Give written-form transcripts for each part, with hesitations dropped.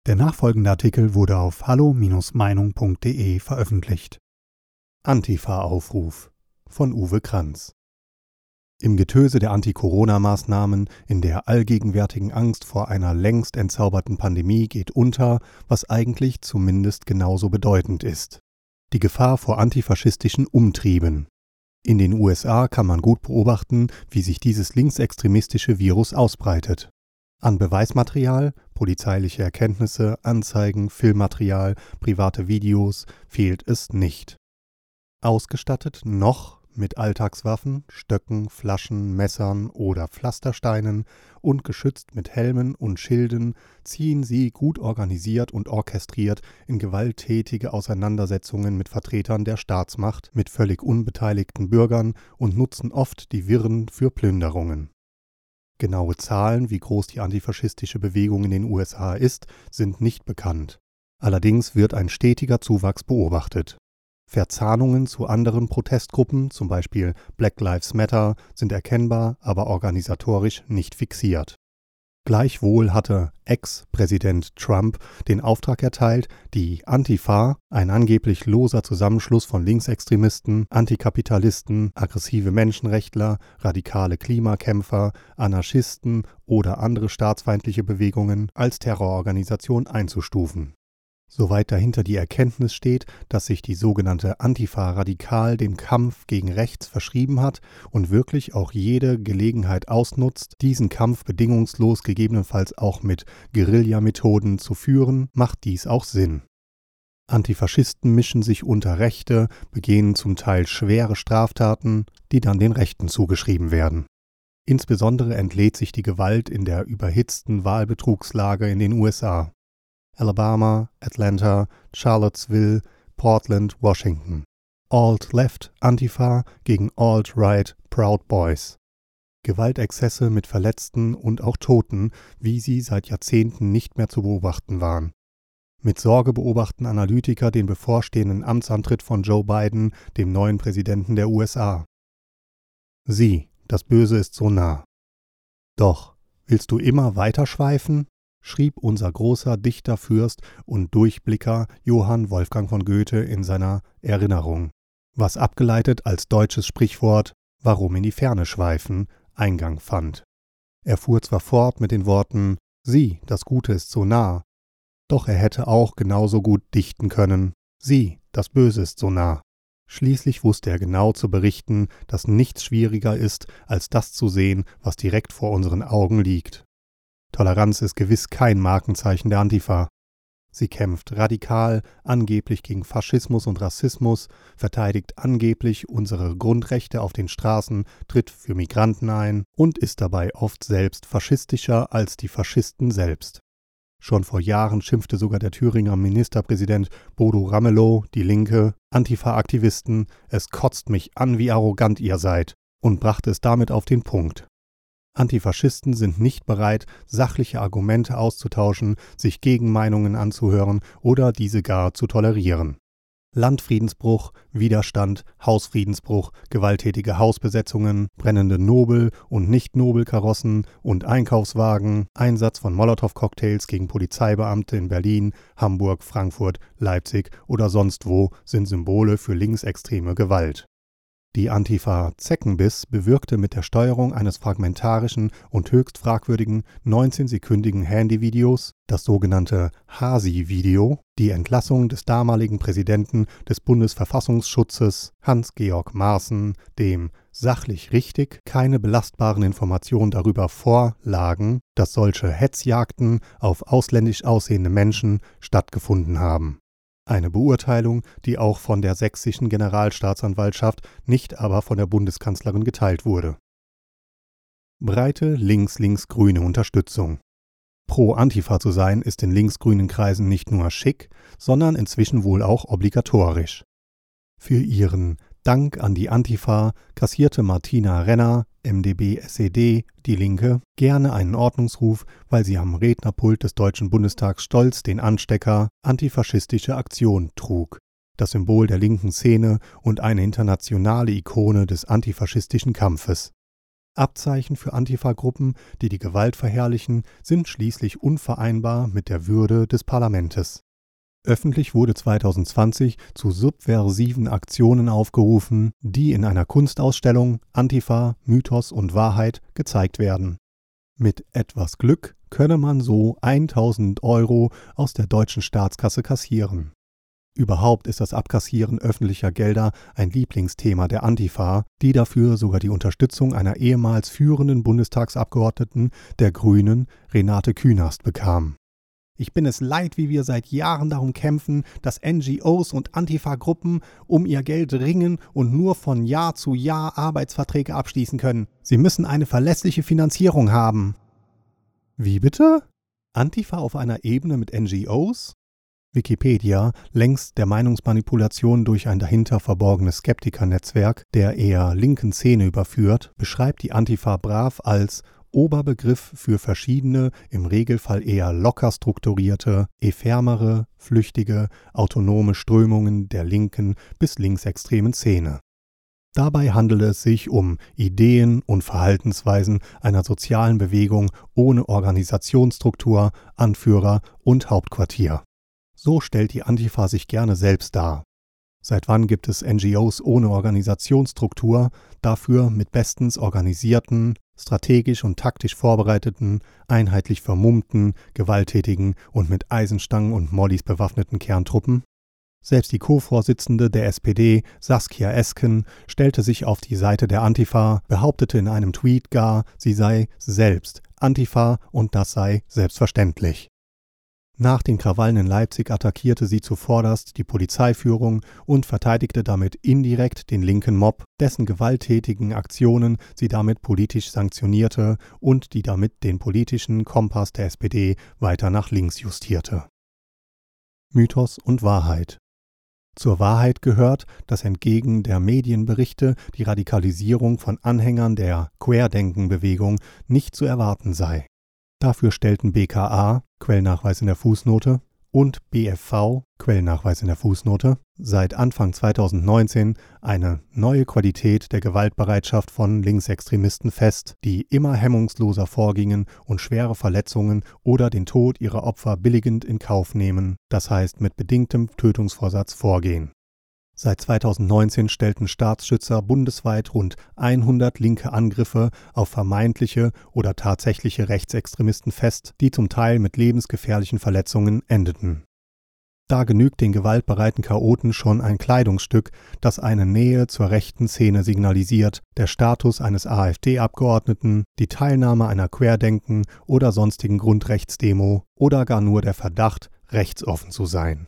Der nachfolgende Artikel wurde auf hallo-meinung.de veröffentlicht. Antifa-Aufruf von Uwe Kranz. Im Getöse der Anti-Corona-Maßnahmen, in der allgegenwärtigen Angst vor einer längst entzauberten Pandemie geht unter, was eigentlich zumindest genauso bedeutend ist: die Gefahr vor antifaschistischen Umtrieben. In den USA kann man gut beobachten, wie sich dieses linksextremistische Virus ausbreitet. An Beweismaterial, polizeiliche Erkenntnisse, Anzeigen, Filmmaterial, private Videos fehlt es nicht. Ausgestattet noch mit Alltagswaffen, Stöcken, Flaschen, Messern oder Pflastersteinen und geschützt mit Helmen und Schilden ziehen sie gut organisiert und orchestriert in gewalttätige Auseinandersetzungen mit Vertretern der Staatsmacht, mit völlig unbeteiligten Bürgern und nutzen oft die Wirren für Plünderungen. Genaue Zahlen, wie groß die antifaschistische Bewegung in den USA ist, sind nicht bekannt. Allerdings wird ein stetiger Zuwachs beobachtet. Verzahnungen zu anderen Protestgruppen, zum Beispiel Black Lives Matter, sind erkennbar, aber organisatorisch nicht fixiert. Gleichwohl hatte Ex-Präsident Trump den Auftrag erteilt, die Antifa, ein angeblich loser Zusammenschluss von Linksextremisten, Antikapitalisten, aggressive Menschenrechtler, radikale Klimakämpfer, Anarchisten oder andere staatsfeindliche Bewegungen, als Terrororganisation einzustufen. Soweit dahinter die Erkenntnis steht, dass sich die sogenannte Antifa radikal dem Kampf gegen rechts verschrieben hat und wirklich auch jede Gelegenheit ausnutzt, diesen Kampf bedingungslos, gegebenenfalls auch mit Guerillamethoden zu führen, macht dies auch Sinn. Antifaschisten mischen sich unter Rechte, begehen zum Teil schwere Straftaten, die dann den Rechten zugeschrieben werden. Insbesondere entlädt sich die Gewalt in der überhitzten Wahlbetrugslage in den USA. Alabama, Atlanta, Charlottesville, Portland, Washington. Alt-Left Antifa gegen Alt-Right Proud Boys. Gewaltexzesse mit Verletzten und auch Toten, wie sie seit Jahrzehnten nicht mehr zu beobachten waren. Mit Sorge beobachten Analytiker den bevorstehenden Amtsantritt von Joe Biden, dem neuen Präsidenten der USA. Sieh, das Böse ist so nah. Doch, willst du immer weiter schweifen? Schrieb unser großer Dichter, Fürst und Durchblicker Johann Wolfgang von Goethe in seiner Erinnerung, was abgeleitet als deutsches Sprichwort »Warum in die Ferne schweifen« Eingang fand. Er fuhr zwar fort mit den Worten »Sieh, das Gute ist so nah«, doch er hätte auch genauso gut dichten können »Sieh, das Böse ist so nah«. Schließlich wusste er genau zu berichten, dass nichts schwieriger ist, als das zu sehen, was direkt vor unseren Augen liegt. Toleranz ist gewiss kein Markenzeichen der Antifa. Sie kämpft radikal, angeblich gegen Faschismus und Rassismus, verteidigt angeblich unsere Grundrechte auf den Straßen, tritt für Migranten ein und ist dabei oft selbst faschistischer als die Faschisten selbst. Schon vor Jahren schimpfte sogar der Thüringer Ministerpräsident Bodo Ramelow, die Linke, Antifa-Aktivisten, es kotzt mich an, wie arrogant ihr seid, und brachte es damit auf den Punkt. Antifaschisten sind nicht bereit, sachliche Argumente auszutauschen, sich Gegenmeinungen anzuhören oder diese gar zu tolerieren. Landfriedensbruch, Widerstand, Hausfriedensbruch, gewalttätige Hausbesetzungen, brennende Nobel- und Nicht-Nobel-Karossen und Einkaufswagen, Einsatz von Molotow-Cocktails gegen Polizeibeamte in Berlin, Hamburg, Frankfurt, Leipzig oder sonst wo sind Symbole für linksextreme Gewalt. Die Antifa Zeckenbiss bewirkte mit der Steuerung eines fragmentarischen und höchst fragwürdigen 19-sekündigen Handyvideos, das sogenannte Hasi-Video, die Entlassung des damaligen Präsidenten des Bundesverfassungsschutzes Hans-Georg Maaßen, dem sachlich richtig keine belastbaren Informationen darüber vorlagen, dass solche Hetzjagden auf ausländisch aussehende Menschen stattgefunden haben. Eine Beurteilung, die auch von der sächsischen Generalstaatsanwaltschaft, nicht aber von der Bundeskanzlerin geteilt wurde. Breite links-links-grüne Unterstützung. Pro Antifa zu sein ist in linksgrünen Kreisen nicht nur schick, sondern inzwischen wohl auch obligatorisch. Für ihren Dank an die Antifa kassierte Martina Renner, MdB-SED, die Linke, gerne einen Ordnungsruf, weil sie am Rednerpult des Deutschen Bundestags stolz den Anstecker Antifaschistische Aktion trug, das Symbol der linken Szene und eine internationale Ikone des antifaschistischen Kampfes. Abzeichen für Antifa-Gruppen, die die Gewalt verherrlichen, sind schließlich unvereinbar mit der Würde des Parlamentes. Öffentlich wurde 2020 zu subversiven Aktionen aufgerufen, die in einer Kunstausstellung Antifa, Mythos und Wahrheit gezeigt werden. Mit etwas Glück könne man so 1.000 € aus der deutschen Staatskasse kassieren. Überhaupt ist das Abkassieren öffentlicher Gelder ein Lieblingsthema der Antifa, die dafür sogar die Unterstützung einer ehemals führenden Bundestagsabgeordneten der Grünen, Renate Künast, bekam. Ich bin es leid, wie wir seit Jahren darum kämpfen, dass NGOs und Antifa-Gruppen um ihr Geld ringen und nur von Jahr zu Jahr Arbeitsverträge abschließen können. Sie müssen eine verlässliche Finanzierung haben. Wie bitte? Antifa auf einer Ebene mit NGOs? Wikipedia, längst der Meinungsmanipulation durch ein dahinter verborgenes Skeptikernetzwerk der eher linken Szene überführt, beschreibt die Antifa brav als Oberbegriff für verschiedene, im Regelfall eher locker strukturierte, ephemere, flüchtige, autonome Strömungen der linken bis linksextremen Szene. Dabei handele es sich um Ideen und Verhaltensweisen einer sozialen Bewegung ohne Organisationsstruktur, Anführer und Hauptquartier. So stellt die Antifa sich gerne selbst dar. Seit wann gibt es NGOs ohne Organisationsstruktur, dafür mit bestens organisierten, strategisch und taktisch vorbereiteten, einheitlich vermummten, gewalttätigen und mit Eisenstangen und Mollys bewaffneten Kerntruppen? Selbst die Co-Vorsitzende der SPD, Saskia Esken, stellte sich auf die Seite der Antifa, behauptete in einem Tweet gar, sie sei selbst Antifa und das sei selbstverständlich. Nach den Krawallen in Leipzig attackierte sie zuvorderst die Polizeiführung und verteidigte damit indirekt den linken Mob, dessen gewalttätigen Aktionen sie damit politisch sanktionierte und die damit den politischen Kompass der SPD weiter nach links justierte. Mythos und Wahrheit. Zur Wahrheit gehört, dass entgegen der Medienberichte die Radikalisierung von Anhängern der Querdenken-Bewegung nicht zu erwarten sei. Dafür stellten BKA, Quellnachweis in der Fußnote, und BFV, Quellnachweis in der Fußnote, seit Anfang 2019 eine neue Qualität der Gewaltbereitschaft von Linksextremisten fest, die immer hemmungsloser vorgingen und schwere Verletzungen oder den Tod ihrer Opfer billigend in Kauf nehmen, das heißt mit bedingtem Tötungsvorsatz vorgehen. Seit 2019 stellten Staatsschützer bundesweit rund 100 linke Angriffe auf vermeintliche oder tatsächliche Rechtsextremisten fest, die zum Teil mit lebensgefährlichen Verletzungen endeten. Da genügt den gewaltbereiten Chaoten schon ein Kleidungsstück, das eine Nähe zur rechten Szene signalisiert, der Status eines AfD-Abgeordneten, die Teilnahme einer Querdenken- oder sonstigen Grundrechtsdemo oder gar nur der Verdacht, rechtsoffen zu sein.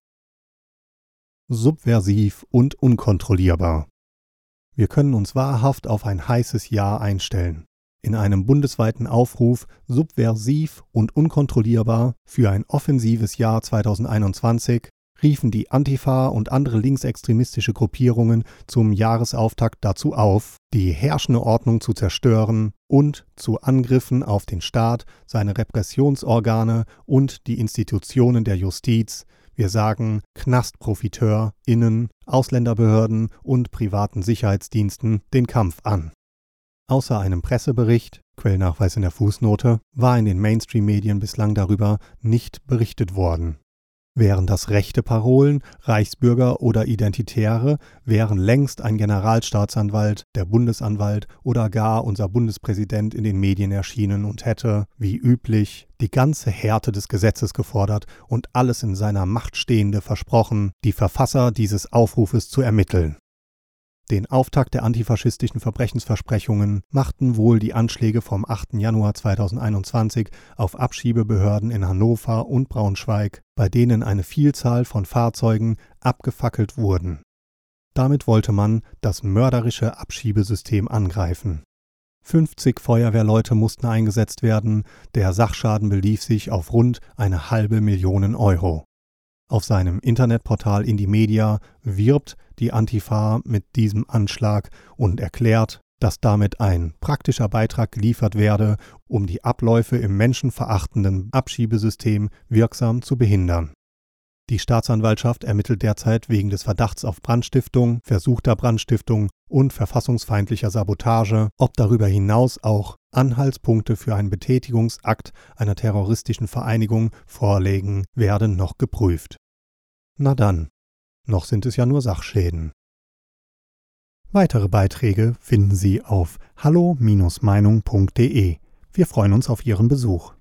Subversiv und unkontrollierbar. Wir können uns wahrhaft auf ein heißes Jahr einstellen. In einem bundesweiten Aufruf subversiv und unkontrollierbar für ein offensives Jahr 2021 riefen die Antifa und andere linksextremistische Gruppierungen zum Jahresauftakt dazu auf, die herrschende Ordnung zu zerstören und zu Angriffen auf den Staat, seine Repressionsorgane und die Institutionen der Justiz, wir sagen KnastprofiteurInnen, Ausländerbehörden und privaten Sicherheitsdiensten den Kampf an. Außer einem Pressebericht, Quellnachweis in der Fußnote, war in den Mainstream-Medien bislang darüber nicht berichtet worden. Wären das rechte Parolen, Reichsbürger oder Identitäre, wären längst ein Generalstaatsanwalt, der Bundesanwalt oder gar unser Bundespräsident in den Medien erschienen und hätte, wie üblich, die ganze Härte des Gesetzes gefordert und alles in seiner Macht Stehende versprochen, die Verfasser dieses Aufrufes zu ermitteln. Den Auftakt der antifaschistischen Verbrechensversprechungen machten wohl die Anschläge vom 8. Januar 2021 auf Abschiebebehörden in Hannover und Braunschweig, bei denen eine Vielzahl von Fahrzeugen abgefackelt wurden. Damit wollte man das mörderische Abschiebesystem angreifen. 50 Feuerwehrleute mussten eingesetzt werden, der Sachschaden belief sich auf rund 500.000 €. Auf seinem Internetportal Indymedia wirbt die Antifa mit diesem Anschlag und erklärt, dass damit ein praktischer Beitrag geliefert werde, um die Abläufe im menschenverachtenden Abschiebesystem wirksam zu behindern. Die Staatsanwaltschaft ermittelt derzeit wegen des Verdachts auf Brandstiftung, versuchter Brandstiftung und verfassungsfeindlicher Sabotage, ob darüber hinaus auch Anhaltspunkte für einen Betätigungsakt einer terroristischen Vereinigung vorliegen, werden noch geprüft. Na dann, noch sind es ja nur Sachschäden. Weitere Beiträge finden Sie auf hallo-meinung.de. Wir freuen uns auf Ihren Besuch.